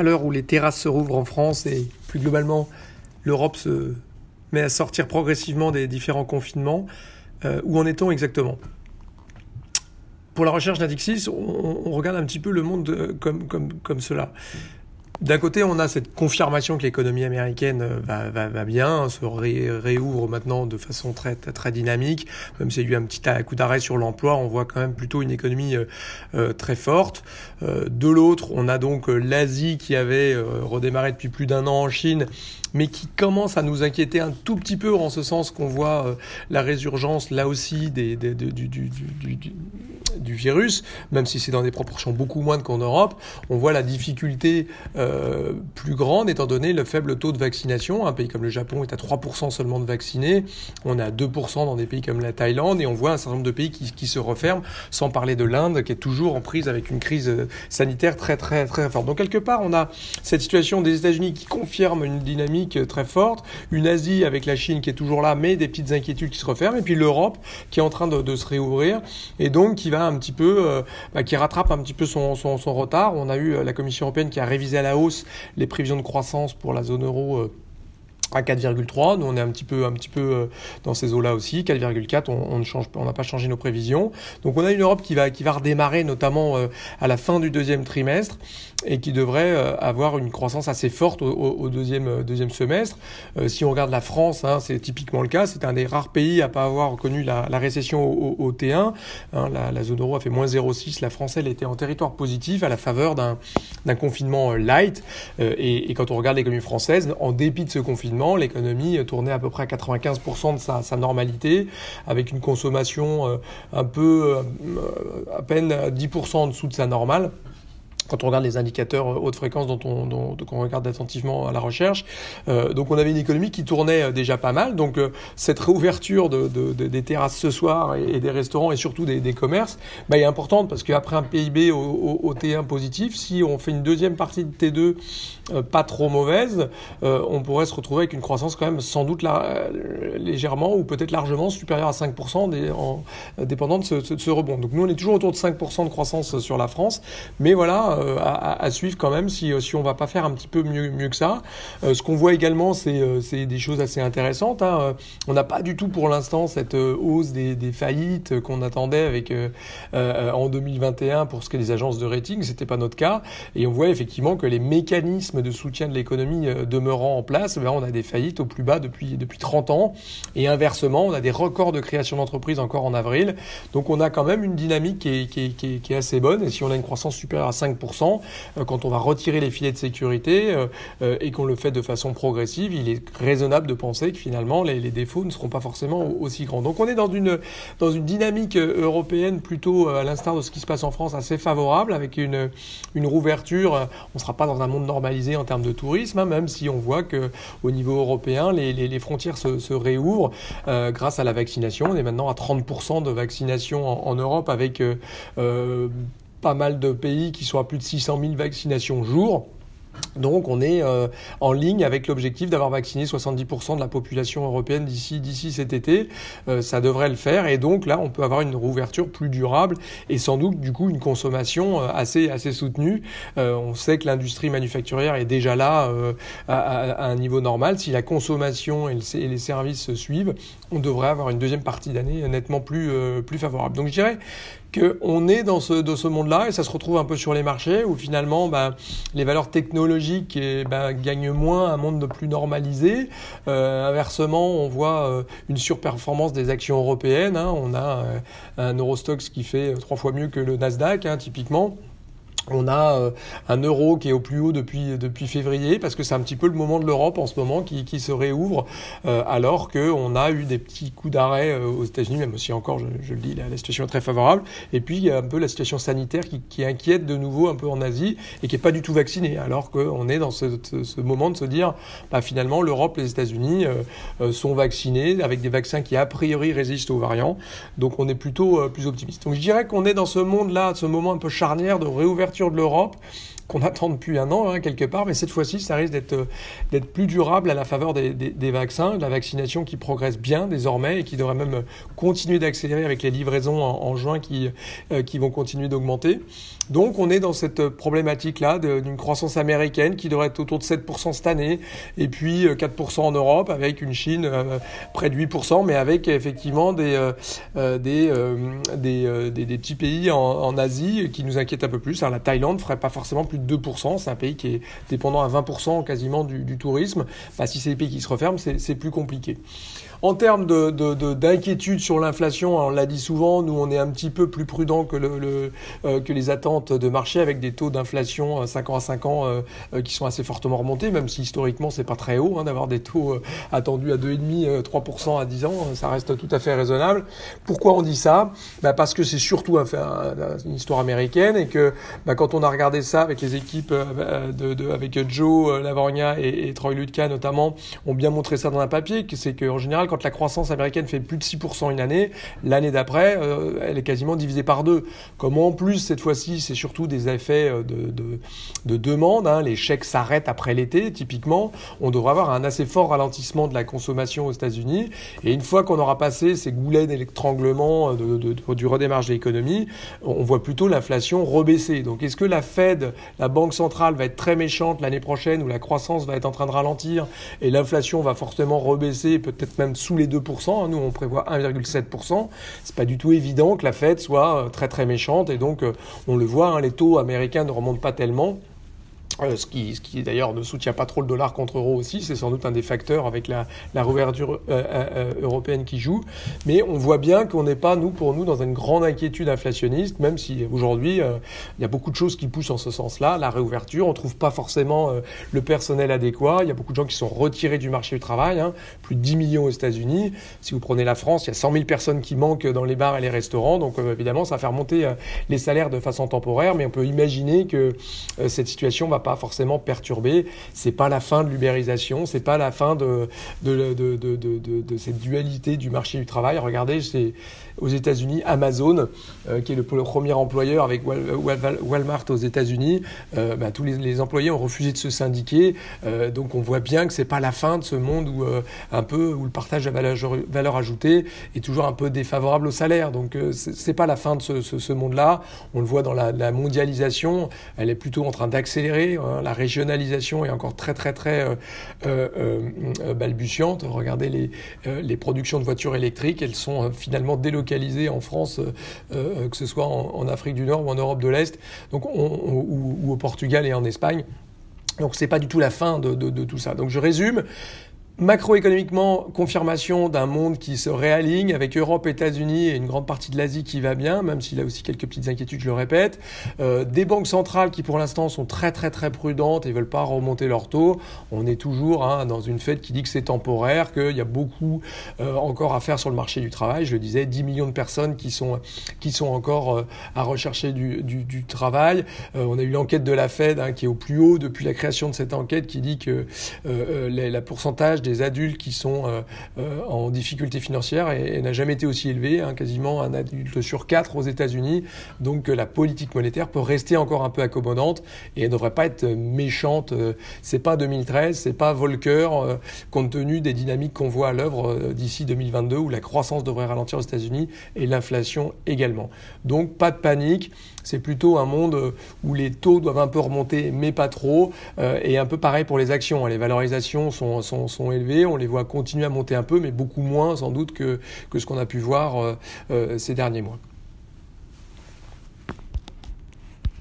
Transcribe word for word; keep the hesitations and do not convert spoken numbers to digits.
à l'heure où les terrasses se rouvrent en France et plus globalement l'Europe se met à sortir progressivement des différents confinements, euh, où en est-on exactement ? Pour la recherche d'Indixis, on, on regarde un petit peu le monde de, comme, comme, comme cela. D'un côté, on a cette confirmation que l'économie américaine va, va, va bien, se ré, réouvre maintenant de façon très, très, très dynamique. Même s'il y a eu un petit coup d'arrêt sur l'emploi, on voit quand même plutôt une économie euh, très forte. Euh, de l'autre, on a donc l'Asie qui avait euh, redémarré depuis plus d'un an en Chine, mais qui commence à nous inquiéter un tout petit peu en ce sens qu'on voit euh, la résurgence là aussi des, des, du, du, du, du, du, du virus, même si c'est dans des proportions beaucoup moindres qu'en Europe. On voit la difficulté euh, Euh, plus grande étant donné le faible taux de vaccination. Un pays comme le Japon est à trois pour cent seulement de vaccinés, on est à deux pour cent dans des pays comme la Thaïlande et on voit un certain nombre de pays qui, qui se referment, sans parler de l'Inde qui est toujours en prise avec une crise sanitaire très très très forte. Donc quelque part on a cette situation des États-Unis qui confirme une dynamique très forte, une Asie avec la Chine qui est toujours là mais des petites inquiétudes qui se referment, et puis l'Europe qui est en train de, de se réouvrir et donc qui va un petit peu euh, bah, qui rattrape un petit peu son, son, son retard. On a eu la Commission européenne qui a révisé à la hausse les prévisions de croissance pour la zone euro euh, à quatre virgule trois, nous on est un petit peu, un petit peu euh, dans ces eaux-là aussi, quatre virgule quatre, on, on ne change, on n'a pas changé nos prévisions. Donc on a une Europe qui va, qui va redémarrer notamment euh, à la fin du deuxième trimestre et qui devrait euh, avoir une croissance assez forte au, au, au deuxième, euh, deuxième semestre. Euh, si on regarde la France, hein, c'est typiquement le cas, c'est un des rares pays à pas avoir connu la, la récession au, au, au T un. Hein, la, la zone euro a fait moins zéro virgule six, la France elle était en territoire positif à la faveur d'un, d'un confinement light. Euh, et, et quand on regarde l'économie française, en dépit de ce confinement, l'économie tournait à peu près à quatre-vingt-quinze pour cent de sa, sa normalité, avec une consommation euh, un peu, euh, à peine dix pour cent en dessous de sa normale. Quand on regarde les indicateurs haute fréquence dont on, dont, dont on regarde attentivement à la recherche. Euh, donc on avait une économie qui tournait déjà pas mal. Donc euh, cette réouverture de, de, de, des terrasses ce soir et, et des restaurants et surtout des, des commerces bah, est importante parce qu'après un P I B au, au, au T un positif, si on fait une deuxième partie de T deux euh, pas trop mauvaise, euh, on pourrait se retrouver avec une croissance quand même sans doute la, euh, légèrement ou peut-être largement supérieure à cinq pour cent des, en, dépendant de ce, de ce rebond. Donc nous on est toujours autour de cinq pour cent de croissance sur la France, mais voilà, À, à suivre quand même si, si on va pas faire un petit peu mieux, mieux que ça. Euh, ce qu'on voit également, c'est, c'est des choses assez intéressantes. Hein. On n'a pas du tout pour l'instant cette hausse des, des faillites qu'on attendait avec, euh, euh, en deux mille vingt et un pour ce qui est des agences de rating. C'était pas notre cas. Et on voit effectivement que les mécanismes de soutien de l'économie euh, demeurant en place, ben, on a des faillites au plus bas depuis, depuis trente ans. Et inversement, on a des records de création d'entreprises encore en avril. Donc on a quand même une dynamique qui est, qui est, qui est, qui est assez bonne. Et si on a une croissance supérieure à cinq pour cent, quand on va retirer les filets de sécurité euh, et qu'on le fait de façon progressive, il est raisonnable de penser que finalement les, les défauts ne seront pas forcément aussi grands. Donc on est dans une, dans une dynamique européenne plutôt à l'instar de ce qui se passe en France assez favorable, avec une, une rouverture. On ne sera pas dans un monde normalisé en termes de tourisme, hein, même si on voit qu'au niveau européen, les, les, les frontières se, se réouvrent euh, grâce à la vaccination. On est maintenant à trente pour cent de vaccination en, en Europe avec euh, pas mal de pays qui sont à plus de six cent mille vaccinations jour. Donc on est euh, en ligne avec l'objectif d'avoir vacciné soixante-dix pour cent de la population européenne d'ici, d'ici cet été. Euh, ça devrait le faire et donc là on peut avoir une rouverture plus durable et sans doute du coup une consommation assez, assez soutenue. Euh, on sait que l'industrie manufacturière est déjà là euh, à, à un niveau normal. Si la consommation et, le, et les services se suivent, on devrait avoir une deuxième partie d'année nettement plus, euh, plus favorable. Donc je dirais qu'on est dans ce, dans ce monde-là et ça se retrouve un peu sur les marchés où finalement bah, les valeurs technologiques eh, bah, gagnent moins un monde plus normalisé. Euh, inversement, on voit euh, une surperformance des actions européennes. Hein. On a euh, un Eurostoxx qui fait trois fois mieux que le Nasdaq, hein, typiquement. On a euh, un euro qui est au plus haut depuis, depuis février parce que c'est un petit peu le moment de l'Europe en ce moment qui, qui se réouvre euh, alors qu'on a eu des petits coups d'arrêt euh, aux États-Unis, même si encore, je, je le dis, la, la situation est très favorable. Et puis, il y a un peu la situation sanitaire qui, qui inquiète de nouveau un peu en Asie et qui n'est pas du tout vaccinée alors qu'on est dans ce, ce, ce moment de se dire bah, finalement, l'Europe, les États-Unis euh, euh, sont vaccinés avec des vaccins qui a priori résistent aux variants. Donc, on est plutôt euh, plus optimiste. Donc, je dirais qu'on est dans ce monde-là, ce moment un peu charnière de réouverture de l'Europe qu'on attend depuis un an, hein, quelque part, mais cette fois-ci, ça risque d'être, euh, d'être plus durable à la faveur des, des, des vaccins, de la vaccination qui progresse bien désormais et qui devrait même continuer d'accélérer avec les livraisons en, en juin qui, euh, qui vont continuer d'augmenter. Donc on est dans cette problématique-là d'une croissance américaine qui devrait être autour de sept pour cent cette année, et puis quatre pour cent en Europe, avec une Chine euh, près de huit pour cent, mais avec effectivement des, euh, des, euh, des, euh, des, des petits pays en, en Asie qui nous inquiètent un peu plus. Alors la Thaïlande ne ferait pas forcément plus de deux pour cent, c'est un pays qui est dépendant à vingt pour cent quasiment du, du tourisme. Bah, si c'est des pays qui se referment, c'est plus compliqué. En termes de, de, de, d'inquiétude sur l'inflation, on l'a dit souvent, nous on est un petit peu plus prudent que, le, le, euh, que les attentes de marché, avec des taux d'inflation cinq ans à cinq ans euh, euh, qui sont assez fortement remontés, même si historiquement c'est pas très haut hein, d'avoir des taux euh, attendus à deux virgule cinq, trois pour cent à dix ans, ça reste tout à fait raisonnable. Pourquoi on dit ça? Bah parce que c'est surtout un, un, une histoire américaine, et que bah, quand on a regardé ça avec les équipes euh, de, de, avec Joe Lavorgna et, et Troy Lutka notamment, ont bien montré ça dans un papier, que c'est qu'en général quand la croissance américaine fait plus de six pour cent une année, l'année d'après, euh, elle est quasiment divisée par deux. Comme en plus, cette fois-ci, c'est surtout des effets de, de, de demande, hein, les chèques s'arrêtent après l'été, typiquement, on devrait avoir un assez fort ralentissement de la consommation aux États-Unis, et une fois qu'on aura passé ces goulets d'électranglement de, de, de, du redémarrage de l'économie, on voit plutôt l'inflation rebaisser. Donc est-ce que la Fed, la Banque centrale, va être très méchante l'année prochaine, où la croissance va être en train de ralentir, et l'inflation va forcément rebaisser, peut-être même sous les deux pour cent, nous on prévoit un virgule sept pour cent, c'est pas du tout évident que la Fed soit très très méchante, et donc on le voit, hein, les taux américains ne remontent pas tellement. Euh, ce qui, ce qui d'ailleurs ne soutient pas trop le dollar contre euro aussi, c'est sans doute un des facteurs avec la, la réouverture euh, euh, européenne qui joue. Mais on voit bien qu'on n'est pas, nous, pour nous, dans une grande inquiétude inflationniste, même si aujourd'hui, euh, il y a beaucoup de choses qui poussent en ce sens-là. La réouverture, on ne trouve pas forcément euh, le personnel adéquat. Il y a beaucoup de gens qui sont retirés du marché du travail, hein, plus de dix millions aux États-Unis. Si vous prenez la France, il y a cent mille personnes qui manquent dans les bars et les restaurants. Donc euh, évidemment, ça va faire monter euh, les salaires de façon temporaire, mais on peut imaginer que euh, cette situation va pas forcément perturbé. C'est pas la fin de l'ubérisation, c'est pas la fin de, de, de, de, de, de, de cette dualité du marché du travail. Regardez, c'est aux États-Unis, Amazon, euh, qui est le, le premier employeur avec Walmart aux États-Unis, euh, bah, tous les, les employés ont refusé de se syndiquer. Euh, donc on voit bien que c'est pas la fin de ce monde où euh, un peu où le partage de la valeur, valeur ajoutée est toujours un peu défavorable au salaire. Donc euh, c'est, c'est pas la fin de ce, ce, ce monde-là. On le voit dans la, la mondialisation, elle est plutôt en train d'accélérer. Hein, la régionalisation est encore très très très euh, euh, euh, balbutiante. Regardez les, euh, les productions de voitures électriques, elles sont euh, finalement délocalisées en France, euh, euh, que ce soit en, en Afrique du Nord ou en Europe de l'Est, donc on, on, ou, ou au Portugal et en Espagne. Donc c'est pas du tout la fin de, de, de tout ça. Donc je résume. Macroéconomiquement, confirmation d'un monde qui se réaligne avec Europe, États-Unis et une grande partie de l'Asie qui va bien, même s'il a aussi quelques petites inquiétudes, je le répète. Euh, des banques centrales qui pour l'instant sont très très très prudentes et ne veulent pas remonter leurs taux. On est toujours hein, dans une Fed qui dit que c'est temporaire, qu'il y a beaucoup euh, encore à faire sur le marché du travail. Je le disais, dix millions de personnes qui sont, qui sont encore euh, à rechercher du, du, du travail. Euh, on a eu l'enquête de la Fed hein, qui est au plus haut depuis la création de cette enquête, qui dit que euh, les, la pourcentage des adultes qui sont euh, euh, en difficulté financière et, et n'a jamais été aussi élevé, hein, quasiment un adulte sur quatre aux États-Unis. Donc euh, la politique monétaire peut rester encore un peu accommodante et elle ne devrait pas être méchante. Euh, c'est pas deux mille treize, c'est pas Volcker, euh, compte tenu des dynamiques qu'on voit à l'œuvre euh, d'ici deux mille vingt-deux où la croissance devrait ralentir aux États-Unis et l'inflation également. Donc pas de panique. C'est plutôt un monde où les taux doivent un peu remonter, mais pas trop. Euh, et un peu pareil pour les actions. Les valorisations sont, sont, sont élevées. On les voit continuer à monter un peu, mais beaucoup moins sans doute que, que ce qu'on a pu voir euh, euh, ces derniers mois.